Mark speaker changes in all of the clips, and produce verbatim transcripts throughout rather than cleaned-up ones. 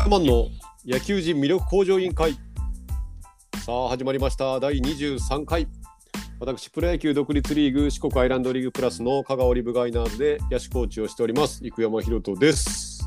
Speaker 1: ヤマンの野球人魅力向上委員会。さあ始まりましただいにじゅうさんかい。私プロ野球独立リーグ四国アイランドリーグプラスの香川オリブガイナーズで野手コーチをしております生山博人です。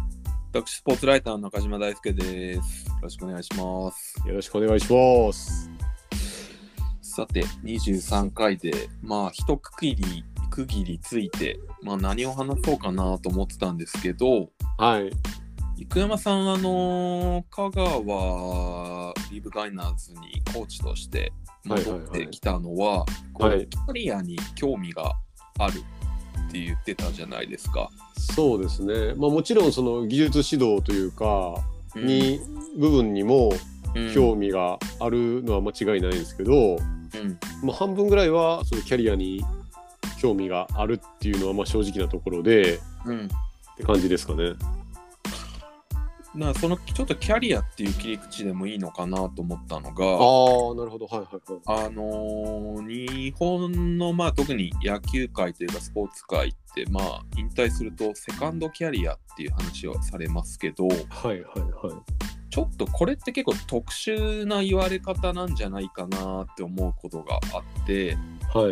Speaker 2: 私スポーツライターの中島大輔です。よろしくお願いします。
Speaker 1: よろしくお願いします。
Speaker 2: さてにじゅうさんかいでまあ一区切り区切りついて、まあ、何を話そうかなと思ってたんですけど、
Speaker 1: はい、
Speaker 2: 生山さんあの香川リーブガイナーズにコーチとして戻ってきたのは、はいはいはい、こうキャリアに興味があるって言ってたじゃないですか。
Speaker 1: そうですね、まあ、もちろんその技術指導というかに、うん、部分にも興味があるのは間違いないんですけど、うんまあ、半分ぐらいはそのキャリアに興味があるっていうのはまあ正直なところで、うん、って感じですかね。
Speaker 2: なそのちょっとキャリアっていう切り口でもいいのかなと思ったのが、
Speaker 1: ああなるほど、はいはい
Speaker 2: はい、あのー、日本のまあ特に野球界というかスポーツ界ってまあ引退するとセカンドキャリアっていう話はされますけど、はい
Speaker 1: はいはい、
Speaker 2: ちょっとこれって結構特殊な言われ方なんじゃないかなって思うことがあって、はい、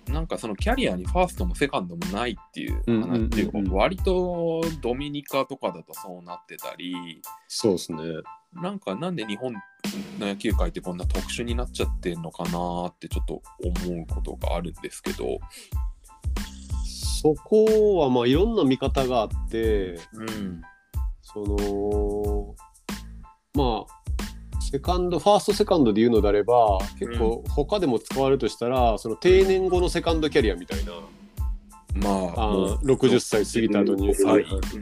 Speaker 2: なんかそのキャリアにファーストもセカンドもないっていう話っていうか、うんうんうんうん、割とドミニカとかだとそうなってたり、
Speaker 1: そうですね。
Speaker 2: なんかなんで日本の野球界ってこんな特殊になっちゃってんのかなってちょっと思うことがあるんですけど、
Speaker 1: そこはまあいろんな見方があって、うん、そのまあセカンドファーストセカンドで言うのであれば結構他でも使われるとしたら、うん、その定年後のセカンドキャリアみたいな、まあ、あろくじゅっさい過ぎた後に、はいうん、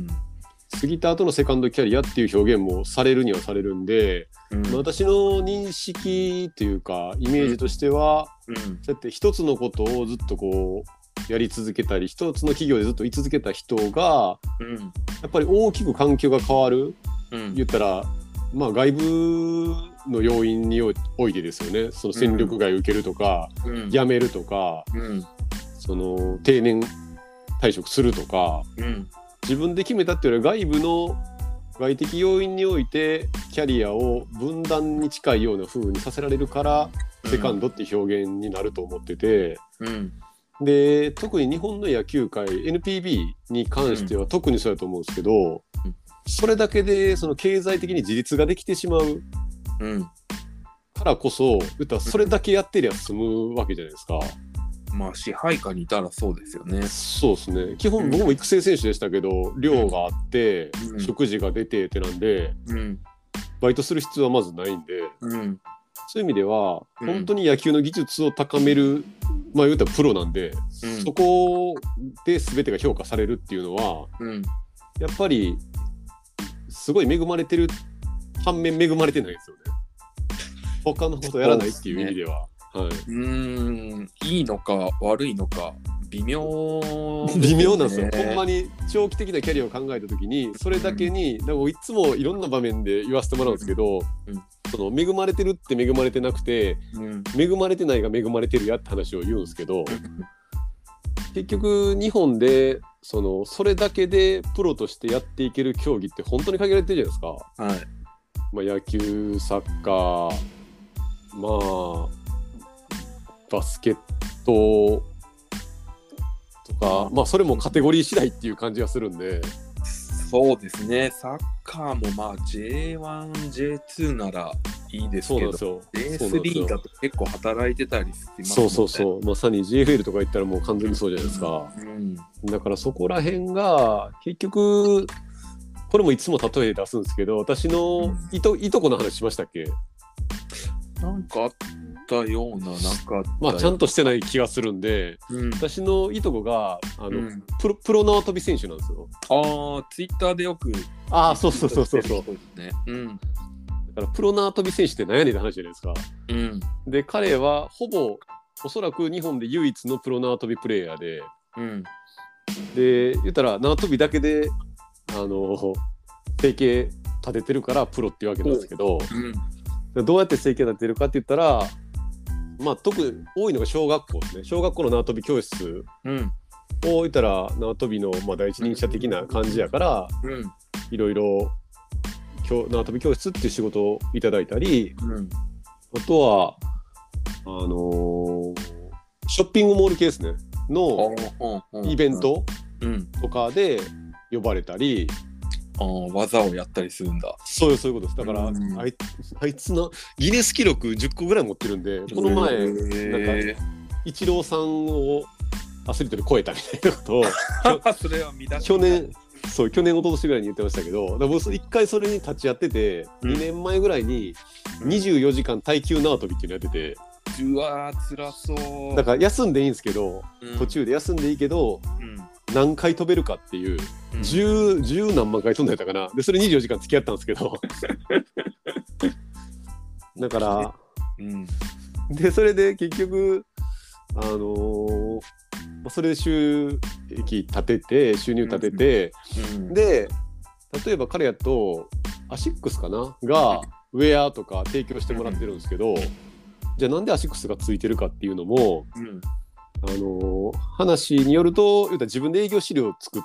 Speaker 1: 過ぎた後のセカンドキャリアっていう表現もされるにはされるんで、うんまあ、私の認識というかイメージとしては、うん、そうやって一つのことをずっとこうやり続けたり一つの企業でずっと居続けた人が、うん、やっぱり大きく環境が変わる、うん、言ったらまあ、外部の要因においてですよね。その戦力外受けるとか、うん、辞めるとか、うん、その定年退職するとか、うん、自分で決めたっていうよりは外部の外的要因においてキャリアを分断に近いような風にさせられるから、うん、セカンドっていう表現になると思ってて、うん、で特に日本の野球界 エヌピービー に関しては特にそうだと思うんですけど、うんそれだけでその経済的に自立ができてしまう、うん、からこそ言ったらそれだけやってりゃ済むわけじゃないですか、
Speaker 2: うん、まあ支配下にいたらそうですよね。
Speaker 1: そうですね。基本僕も育成選手でしたけど、うん、寮があって、うん、食事が出てってなんで、うん、バイトする必要はまずないんで、うん、そういう意味では、うん、本当に野球の技術を高めるまあ言うたらプロなんで、うん、そこで全てが評価されるっていうのは、うん、やっぱりすごい恵まれてる反面恵まれてないですよね。他のことやらないっていう意味では、う、ねはい、う
Speaker 2: ーんいいのか悪いのか微妙、
Speaker 1: ね、微妙なんですよ。ほんまに長期的なキャリアを考えたときにそれだけに、うん、でもいつもいろんな場面で言わせてもらうんですけど、うん、その恵まれてるって恵まれてなくて、うん、恵まれてないが恵まれてるやって話を言うんですけど、うん、結局日本でそのそれだけでプロとしてやっていける競技って本当に限られてるじゃないですか、はいまあ、野球サッカーまあバスケットとか、まあ、それもカテゴリー次第っていう感じがするんで。
Speaker 2: そうですね。サッカーもまあ ジェイワン、ジェイツー ならいいですけど ジェイスリー だと結構働いてたりしますもんね。
Speaker 1: そうそうそうまさに ジェイエフエル とか言ったらもう完全にそうじゃないですか、うん、だからそこら辺が結局これもいつも例え出すんですけど私のいと、うん、いとこの話しましたっけ。
Speaker 2: なんかあったようななんか
Speaker 1: まあちゃんとしてない気がするんで、うん、私のいとこがあの、うん、プロ、プロ縄跳び選手なんですよ。
Speaker 2: ああツイッターでよく
Speaker 1: ああそうそうそうそうそう、
Speaker 2: ねうん、だ
Speaker 1: からプロ縄跳び選手って何やねんって話じゃないですか、うん、で彼はほぼおそらく日本で唯一のプロ縄跳びプレイヤーで、うん、で言ったら縄跳びだけであの生計立ててるからプロっていうわけなんですけど、うん、どうやって生計立ててるかって言ったらまあ特に多いのが小学校ですね。小学校の縄跳び教室を言ったら縄跳びのまあ第一人者的な感じやから、うん、いろいろ縄跳び教室っていう仕事をいただいたり、
Speaker 2: うん、
Speaker 1: あとはあのー、ショッピングモールケースねのイベントとかで呼ばれたり、
Speaker 2: あ技をやったりするんだ。
Speaker 1: そういうそういうことです。だから、うん、あいあいつのギネス記録じゅっこぐらい持ってるんで、この前なんかイチローさんをアスリートで超えたみたいなことを
Speaker 2: それは見出し
Speaker 1: 去年そう去年一昨年ぐらいに言ってましたけど、だから僕一回それに立ち会ってて、うん、にねんまえぐらいににじゅうよじかん耐久縄跳びっていうのやってて、
Speaker 2: うわー辛そう。
Speaker 1: だから休んでいいんですけど、うん、途中で休んでいいけど、うん、何回飛べるかっていう、うん、10, 10何万回飛んでたかな。でそれにじゅうよじかん付き合ったんですけどだから、うん、でそれで結局あのー、それで収益立てて収入立てて、うんうん、で例えば彼やとアシックスかながウェアとか提供してもらってるんですけど、うん、じゃあなんでアシックスがついてるかっていうのも、うん、あのー、話によると言うたら自分で営業資料を作って、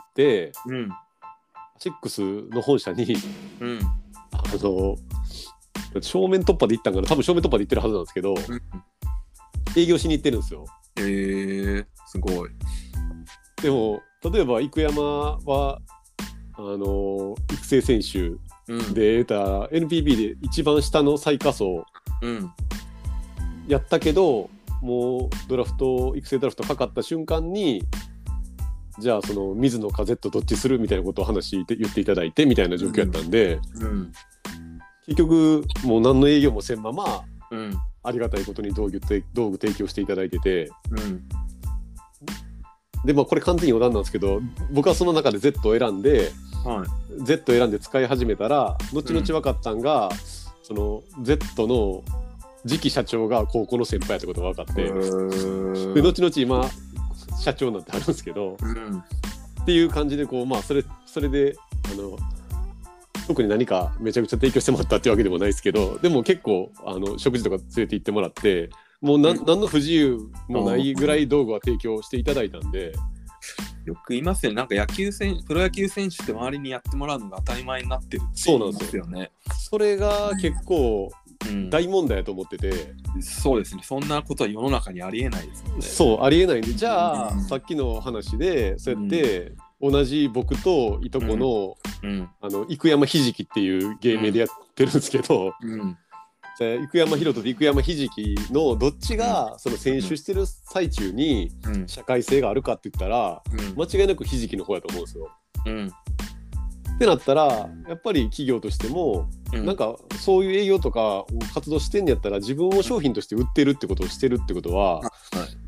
Speaker 1: うん、アシックスの本社に、うん、あのー、正面突破で行ったんかな、多分正面突破で行ってるはずなんですけど、うん、営業しに行ってるんですよ。
Speaker 2: へえー、すごい。
Speaker 1: でも例えば生山はあのー、育成選手で得た エヌピービー で一番下の最下層やったけど、もうドラフト育成ドラフトかかった瞬間にじゃあその水野か Z どっちするみたいなことを話して言っていただいてみたいな状況やったんで、うんうん、結局もう何の営業もせんまま、うん、ありがたいことに道具、道具提供していただいてて、うん、でまあこれ完全に余談なんですけど、僕はその中で Z を選んで、はい、Z を選んで使い始めたら後々分かったんが、うん、その Z の次期社長が高校の先輩やってことが分かって、で後々今社長になってあるんですけど、うん、っていう感じでこう、まあ、それそれであの特に何かめちゃくちゃ提供してもらったっていうわけでもないですけど、でも結構あの食事とか連れて行ってもらってもうな、うん、何の不自由もないぐらい道具は提供していただいたんで。
Speaker 2: よく言いますよね、なんか野球選プロ野球選手って周りにやってもらうのが当たり前になってるって言いますよね。
Speaker 1: それが結構大問題だと思ってて、
Speaker 2: うん、そうですね、そんなことは世の中にありえないですもんね。
Speaker 1: そうありえないんで、じゃあ、うん、さっきの話でそうやって、うん、同じ僕といとこの、うん、あの生山ひじきっていう芸名でやってるんですけど、うんうん、じゃあ生山ひろとと生山ひじきのどっちがその選手してる最中に社会性があるかって言ったら、うん、間違いなくひじきの方やと思うんですよ。うんってなったらやっぱり企業としても、うん、なんかそういう営業とか活動してんやったら自分を商品として売ってるってことをしてるってことは、はい、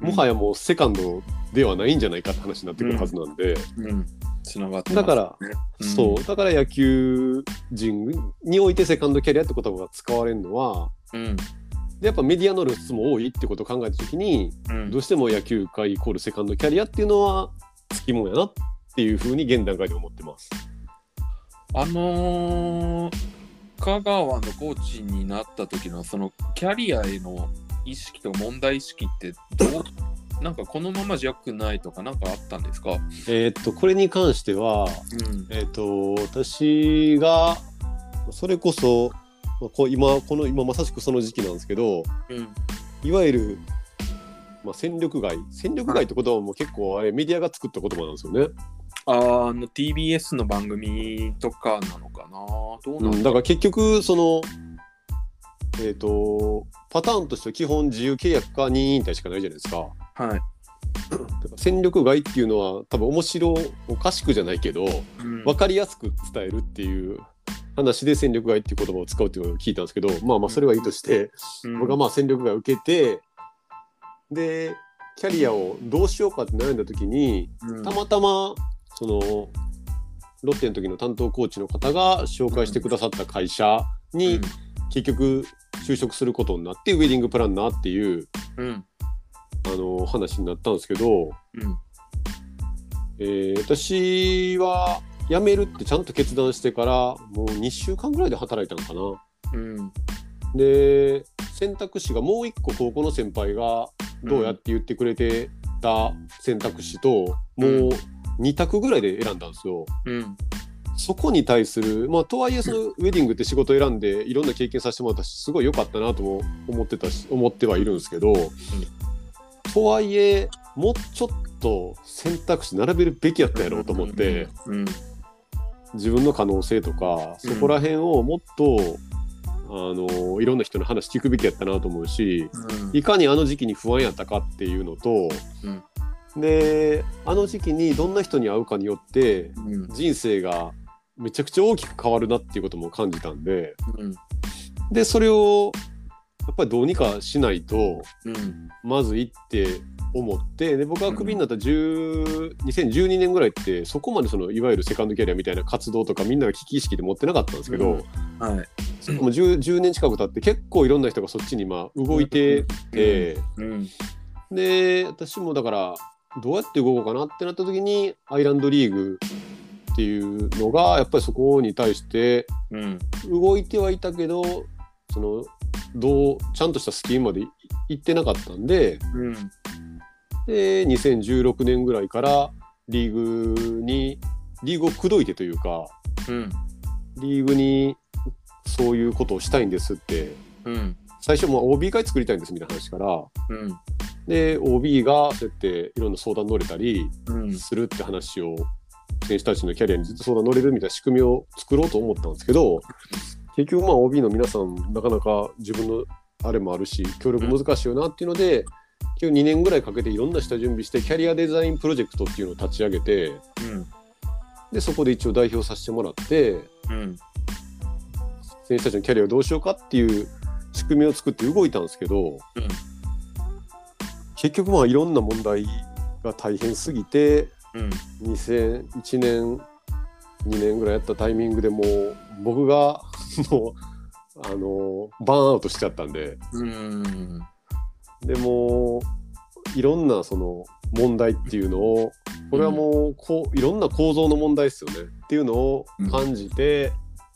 Speaker 1: もはやもうセカンドではないんじゃないかって話になってくるはずなんで、うんうん、
Speaker 2: つながってますね。
Speaker 1: だから、うん、そうだから野球人においてセカンドキャリアって言葉が使われるのは、うん、でやっぱメディアの露出も多いってことを考えた時に、うん、どうしても野球界イコールセカンドキャリアっていうのはつきもんやなっていうふうに現段階で思ってます。
Speaker 2: あのー、香川のコーチになった時のそのキャリアへの意識と問題意識ってどうなんかこのままじゃ良くないとかなんかあったんですか？
Speaker 1: えー、っとこれに関しては、うん、えー、っと私がそれこそこ今この今まさしくその時期なんですけど、うん、いわゆる、まあ、戦力外戦力外って言葉も結構あれメディアが作った言葉なんですよね。
Speaker 2: ああの ティービーエス の番組とかなのかな、どうなんだ、
Speaker 1: うん、だから結局そのえっ、ー、とパターンとしては基本自由契約か任意引退しかないじゃないですか。はい。だから戦力外っていうのは多分面白おかしくじゃないけど、うん、分かりやすく伝えるっていう話で戦力外っていう言葉を使うっていうのを聞いたんですけど、まあまあそれはいいとして、うん、僕はまあ戦力外を受けてでキャリアをどうしようかって悩んだ時に、うん、たまたまそのロッテの時の担当コーチの方が紹介してくださった会社に結局就職することになってウェディングプランナーっていう、うん、あの話になったんですけど、うんえー、私は辞めるってちゃんと決断してからもうにしゅうかんぐらいで働いたのかな、うん、で選択肢がもう一個高校の先輩がどうやって言ってくれてた選択肢と、うん、もうに択ぐらいで選んだんですよ、うん、 そこに対する、まあ、とはいえそのウェディングって仕事を選んでいろんな経験させてもらったしすごい良かったなとも思ってたし思ってはいるんですけど、うん、とはいえもうちょっと選択肢並べるべきやったやろうと思って、うんうんうん、自分の可能性とかそこら辺をもっと、うん、あのいろんな人の話聞くべきやったなと思うし、うん、いかにあの時期に不安やったかっていうのと、うん、であの時期にどんな人に会うかによって人生がめちゃくちゃ大きく変わるなっていうことも感じたんで、うん、でそれをやっぱりどうにかしないと、うん、まずいって思ってで僕がクビになったにせんじゅうにねんぐらいってそこまでそのいわゆるセカンドキャリアみたいな活動とかみんなが危機意識で持ってなかったんですけど、うんはい、そこも 10, じゅうねん近く経って結構いろんな人がそっちにまあ動いてて、うんうんうん、で私もだからどうやって動こうかなってなった時にアイランドリーグっていうのがやっぱりそこに対して動いてはいたけどそのどうちゃんとしたスキームまで行ってなかったんで、うん、でにせんじゅうろくねんぐらいからリーグにリーグを口説いてというか、うん、リーグにそういうことをしたいんですって、うん、最初も オービー 会作りたいんですみたいな話から、うん、で オービー がそうやっていろんな相談乗れたりするって話を、うん選手たちのキャリアにずっと相談乗れるみたいな仕組みを作ろうと思ったんですけど結局まあ オービー の皆さんなかなか自分のあれもあるし協力難しいよなっていうので、うん、結局にねんぐらいかけていろんな下準備してキャリアデザインプロジェクトっていうのを立ち上げて、うん、でそこで一応代表させてもらって、うん、選手たちのキャリアをどうしようかっていう仕組みを作って動いたんですけど、うん、結局まあいろんな問題が大変すぎてうん、にせんいちねんにねんぐらいやったタイミングでもう僕がもうあのバーンアウトしちゃったんで、うん、でもいろんなその問題っていうのをこれはもうこういろんな構造の問題ですよねっていうのを感じて、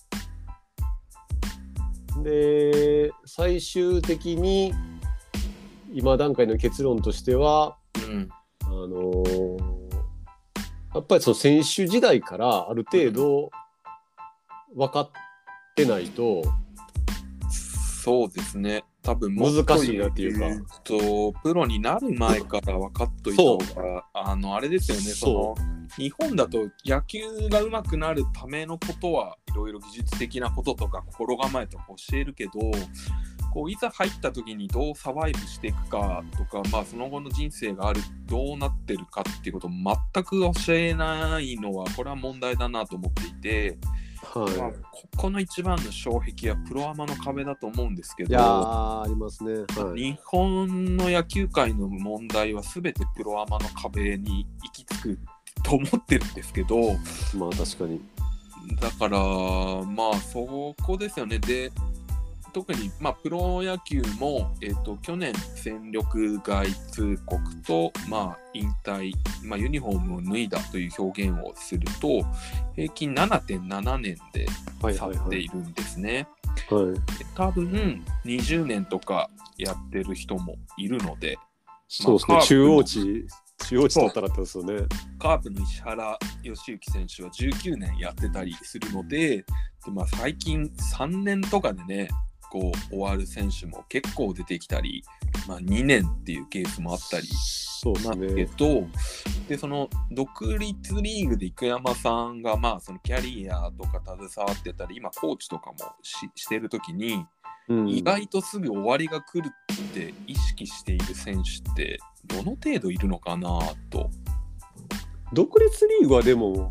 Speaker 1: うん、で最終的に今段階の結論としては、うん、あのーやっぱりその選手時代からある程度分かってないと、
Speaker 2: そうですね多分
Speaker 1: 難しいなっていうか、えー、
Speaker 2: とプロになる前から分かっといた方があのあれですよねその日本だと野球が上手くなるためのことはいろいろ技術的なこととか心構えとか教えるけどこういざ入った時にどうサバイブしていくかとか、まあ、その後の人生があるどうなってるかっていうことを全く教えないのはこれは問題だなと思っていて、はいまあ、ここの一番の障壁はプロアマの壁だと思うんですけど
Speaker 1: いやありますね、
Speaker 2: はい、日本の野球界の問題は全てプロアマの壁に行き着くと思ってるんですけど
Speaker 1: まあ確かに
Speaker 2: だからまあそこですよねで特に、まあ、プロ野球も、えーと、去年戦力外通告と、まあ、引退、まあ、ユニフォームを脱いだという表現をすると平均 ななてんなな 年で去っているんですね、はいはいはい、多分にじゅうねんとかやってる人もいるので
Speaker 1: そうですね、まあ、中央値中央値取ったらってですよね
Speaker 2: カープの石原良幸選手はじゅうきゅうねんやってたりするので、で、まあ、最近さんねんとかでねこう終わる選手も結構出てきたり、まあ、にねんっていうケースもあったり
Speaker 1: そうですね。
Speaker 2: けどでその独立リーグで生山さんがまあそのキャリアとか携わってたり今コーチとかも し, してる時に、うん、意外とすぐ終わりが来るって意識している選手ってどの程度いるのかなと。
Speaker 1: 独立リーグはでも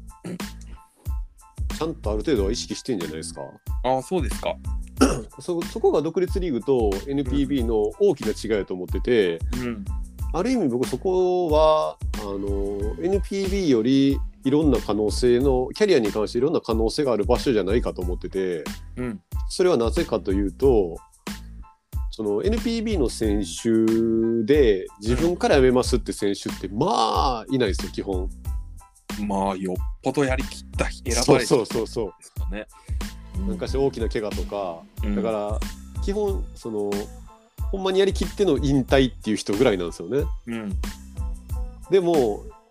Speaker 1: ちゃんとある程度は意識してんじゃないですか。
Speaker 2: ああそうですか
Speaker 1: そ, そこが独立リーグと エヌピービー の大きな違いだと思ってて、うん、ある意味僕そこはあの エヌピービー よりいろんな可能性のキャリアに関していろんな可能性がある場所じゃないかと思ってて、うん、それはなぜかというとその エヌピービー の選手で自分から辞めますって選手ってまあいないですよ基本。
Speaker 2: まあよっぽどやりきった選ばれた
Speaker 1: そうそうそうそうですかね。なんかし大きな怪我とか、うん、だから基本そのほんまにやりきっての引退っていう人ぐらいなんですよね、うん、でも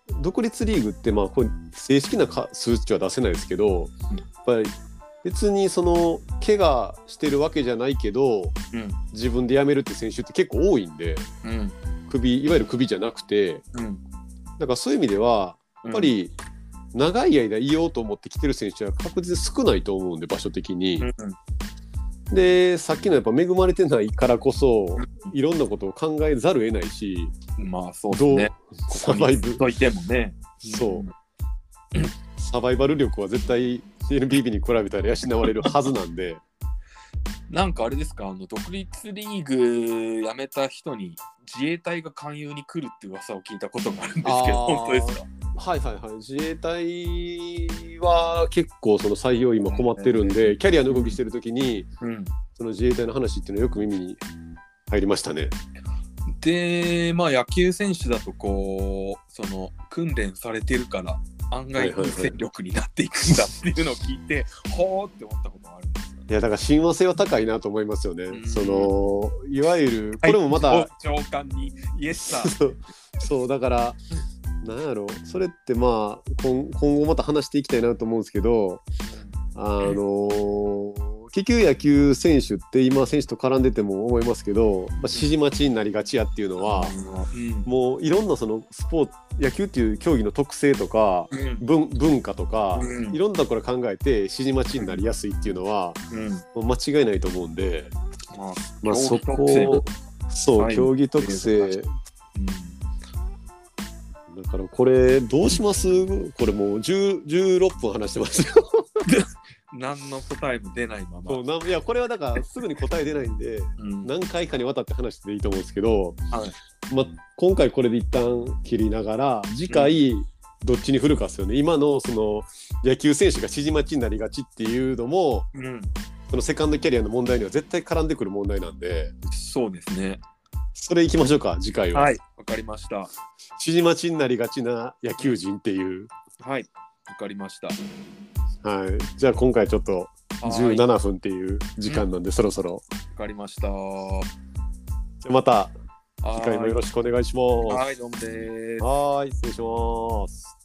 Speaker 1: 独立リーグってまあこれ正式なか数値は出せないですけど、やっぱり別にその怪我してるわけじゃないけど、うん、自分で辞めるって選手って結構多いんで、うん、首いわゆる首じゃなくて、うん、だからそういう意味ではやっぱり長い間いようと思って来てる選手は確実に少ないと思うんで、場所的に、うんうん、でさっきのやっぱ恵まれてないからこそいろんなことを考えざるを得ないし、
Speaker 2: まあそうですね、
Speaker 1: サバイブ
Speaker 2: といてもね、
Speaker 1: そう、うん、サバイバル力は絶対 エヌビービー に比べたら養われるはずなんで
Speaker 2: なんかあれですか、あの独立リーグ辞めた人に自衛隊が勧誘に来るって噂を聞いたことがあるんですけど、本当ですか？
Speaker 1: はいはいはい、自衛隊は結構その採用今困ってるんで、うん、キャリアの動きしてる時に、うん、その自衛隊の話っていうのはよく耳に入りましたね。
Speaker 2: でまあ野球選手だとこうその訓練されてるから案外戦力になっていくんだっていうのを聞いて、はいはいはい、ほーって思ったことがあるんですよ、ね。い
Speaker 1: やだから親和性は高いなと思いますよね。そのいわゆるこれもまた、はい、
Speaker 2: 長官にイエスさん
Speaker 1: そうそうだからなんやろそれってまあ 今, 今後また話していきたいなと思うんですけど、あのー結局野球選手って今選手と絡んでても思いますけど、まあ、指示待ちになりがちやっていうのは、うん、もういろんなそのスポーツ野球っていう競技の特性とか、うん、文, 文化とか、うん、いろんなところ考えて指示待ちになりやすいっていうのは、うん、もう間違いないと思うんで、まあ、まあそこそう競技特性、だからこれどうします？これもうじゅう、じゅうろっぷん話してますよ
Speaker 2: 何の答えも出ないまま。
Speaker 1: そうないやこれはだからすぐに答え出ないんで、うん、何回かにわたって話していいと思うんですけど、はいま、今回これで一旦切りながら次回どっちに振るかですよね、うん、今のその野球選手が指示待ちになりがちっていうのも、うん、そのセカンドキャリアの問題には絶対絡んでくる問題なんで、
Speaker 2: そうですね、
Speaker 1: それいきましょうか次回は。
Speaker 2: はいわかりました。
Speaker 1: 指示待ちになりがちな野球人っていう。
Speaker 2: はいわかりました。
Speaker 1: はい、じゃあ今回ちょっとじゅうななふんっていう時間なんで、うん、そろそろ。わ
Speaker 2: かりました。
Speaker 1: じゃあまた次回もよろしくお願いします。
Speaker 2: はい、どうもです。
Speaker 1: はい、失礼します。